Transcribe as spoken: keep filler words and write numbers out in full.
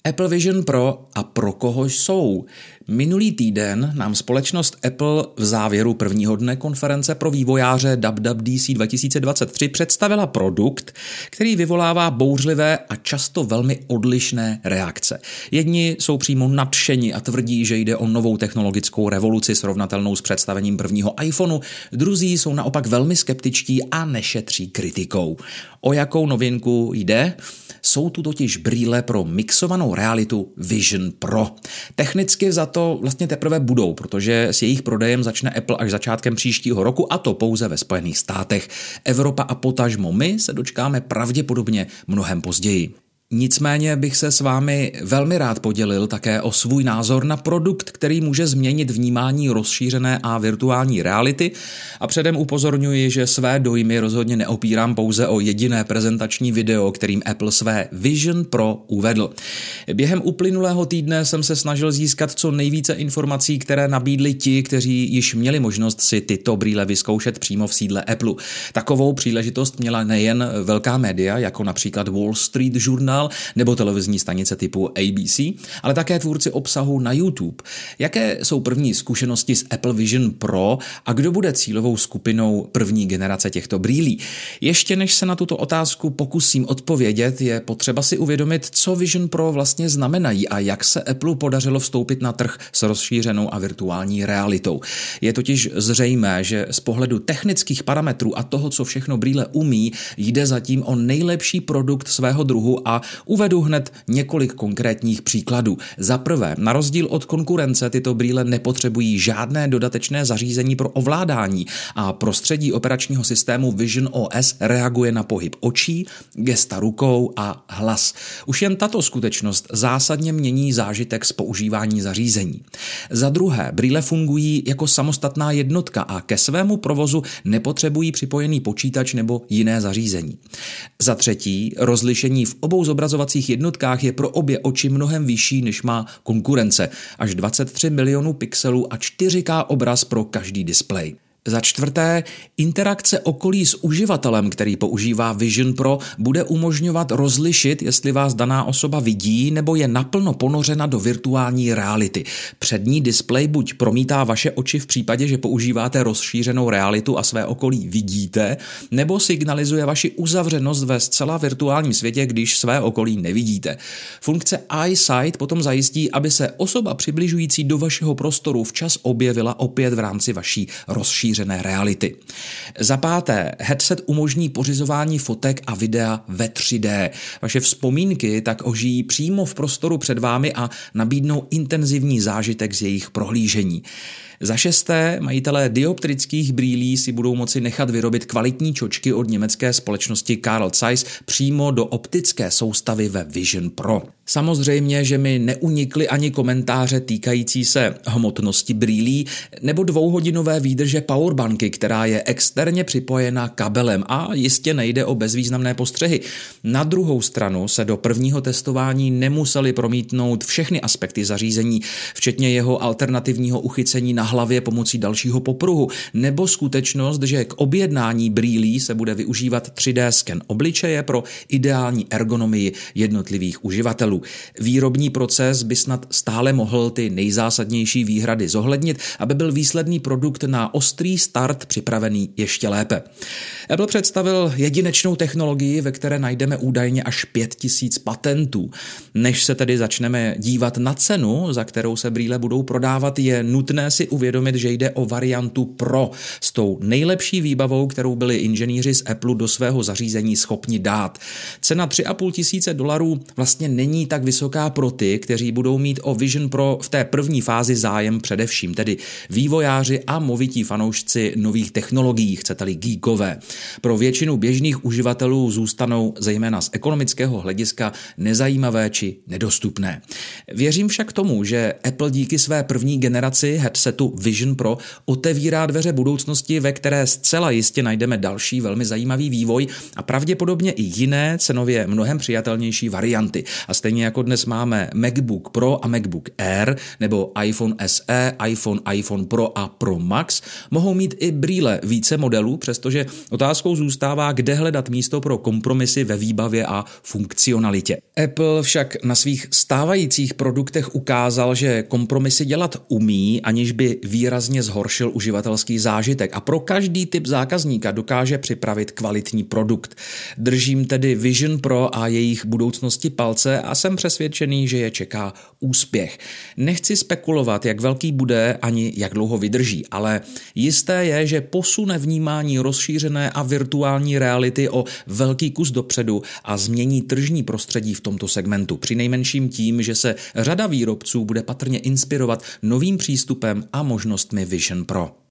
Apple Vision Pro a pro koho jsou? Minulý týden nám společnost Apple v závěru prvního dne konference pro vývojáře W W D C dva tisíce dvacet tři představila produkt, který vyvolává bouřlivé a často velmi odlišné reakce. Jedni jsou přímo nadšeni a tvrdí, že jde o novou technologickou revoluci srovnatelnou s představením prvního iPhoneu, druzí jsou naopak velmi skeptičtí a nešetří kritikou. O jakou novinku jde? Jsou tu totiž brýle pro mixovanou realitu Vision Pro. Technicky za to vlastně teprve budou, protože s jejich prodejem začne Apple až začátkem příštího roku, a to pouze ve Spojených státech. Evropa a potažmo my se dočkáme pravděpodobně mnohem později. Nicméně bych se s vámi velmi rád podělil také o svůj názor na produkt, který může změnit vnímání rozšířené a virtuální reality, a předem upozorňuji, že své dojmy rozhodně neopírám pouze o jediné prezentační video, kterým Apple své Vision Pro uvedl. Během uplynulého týdne jsem se snažil získat co nejvíce informací, které nabídli ti, kteří již měli možnost si tyto brýle vyzkoušet přímo v sídle Apple. Takovou příležitost měla nejen velká média, jako například Wall Street Journal nebo televizní stanice typu A B C, ale také tvůrci obsahu na YouTube. Jaké jsou první zkušenosti s Apple Vision Pro a kdo bude cílovou skupinou první generace těchto brýlí? Ještě než se na tuto otázku pokusím odpovědět, je potřeba si uvědomit, co Vision Pro vlastně znamenají a jak se Apple podařilo vstoupit na trh s rozšířenou a virtuální realitou. Je totiž zřejmé, že z pohledu technických parametrů a toho, co všechno brýle umí, jde zatím o nejlepší produkt svého druhu a uvedu hned několik konkrétních příkladů. Za prvé, na rozdíl od konkurence tyto brýle nepotřebují žádné dodatečné zařízení pro ovládání a prostředí operačního systému Vision O S reaguje na pohyb očí, gesta rukou a hlas. Už jen tato skutečnost zásadně mění zážitek z používání zařízení. Za druhé, brýle fungují jako samostatná jednotka a ke svému provozu nepotřebují připojený počítač nebo jiné zařízení. Za třetí, rozlišení v obou zobrazovacích jednotkách je pro obě oči mnohem vyšší, než má konkurence, až dvacet tři milionů pixelů a čtyři ká obraz pro každý displej. Za čtvrté, interakce okolí s uživatelem, který používá Vision Pro, bude umožňovat rozlišit, jestli vás daná osoba vidí nebo je naplno ponořena do virtuální reality. Přední displej buď promítá vaše oči v případě, že používáte rozšířenou realitu a své okolí vidíte, nebo signalizuje vaši uzavřenost ve zcela virtuálním světě, když své okolí nevidíte. Funkce EyeSight potom zajistí, aby se osoba přibližující do vašeho prostoru včas objevila opět v rámci vaší rozšířené reality. Za páté, headset umožní pořizování fotek a videa ve tři dé. Vaše vzpomínky tak ožijí přímo v prostoru před vámi a nabídnou intenzivní zážitek z jejich prohlížení. Za šesté, majitelé dioptrických brýlí si budou moci nechat vyrobit kvalitní čočky od německé společnosti Carl Zeiss přímo do optické soustavy ve Vision Pro. Samozřejmě, že mi neunikly ani komentáře týkající se hmotnosti brýlí nebo dvouhodinové výdrže powerbanky, která je externě připojena kabelem, a jistě nejde o bezvýznamné postřehy. Na druhou stranu se do prvního testování nemuseli promítnout všechny aspekty zařízení, včetně jeho alternativního uchycení na hlavě pomocí dalšího popruhu, nebo skutečnost, že k objednání brýlí se bude využívat tři dé sken obličeje pro ideální ergonomii jednotlivých uživatelů. Výrobní proces by snad stále mohl ty nejzásadnější výhrady zohlednit, aby byl výsledný produkt na ostrý start připravený ještě lépe. Apple představil jedinečnou technologii, ve které najdeme údajně až pět tisíc patentů. Než se tedy začneme dívat na cenu, za kterou se brýle budou prodávat, je nutné si uvědomit, že jde o variantu Pro s tou nejlepší výbavou, kterou byli inženýři z Apple do svého zařízení schopni dát. Cena tři a půl tisíce dolarů vlastně není tak vysoká pro ty, kteří budou mít o Vision Pro v té první fázi zájem především, tedy vývojáři a movití fanoušci nových technologií, chcete-li geekové. Pro většinu běžných uživatelů zůstanou zejména z ekonomického hlediska nezajímavé či nedostupné. Věřím však tomu, že Apple díky své první generaci headsetu chipsetu Vision Pro otevírá dveře budoucnosti, ve které zcela jistě najdeme další velmi zajímavý vývoj a pravděpodobně i jiné cenově mnohem přijatelnější varianty. A stejně jako dnes máme MacBook Pro a MacBook Air nebo iPhone S E, iPhone, iPhone Pro a Pro Max, mohou mít i brýle více modelů, přestože otázkou zůstává, kde hledat místo pro kompromisy ve výbavě a funkcionalitě. Apple však na svých stávajících produktech ukázal, že kompromisy dělat umí, aniž by výrazně zhoršil uživatelský zážitek a pro každý typ zákazníka dokáže připravit kvalitní produkt. Držím tedy Vision Pro a jejich budoucnosti palce a jsem přesvědčený, že je čeká úspěch. Nechci spekulovat, jak velký bude ani jak dlouho vydrží, ale jisté je, že posune vnímání rozšířené a virtuální reality o velký kus dopředu a změní tržní prostředí v tomto segmentu. Přinejmenším tím, že se řada výrobců bude patrně inspirovat novým přístupem a možnostmi Vision Pro.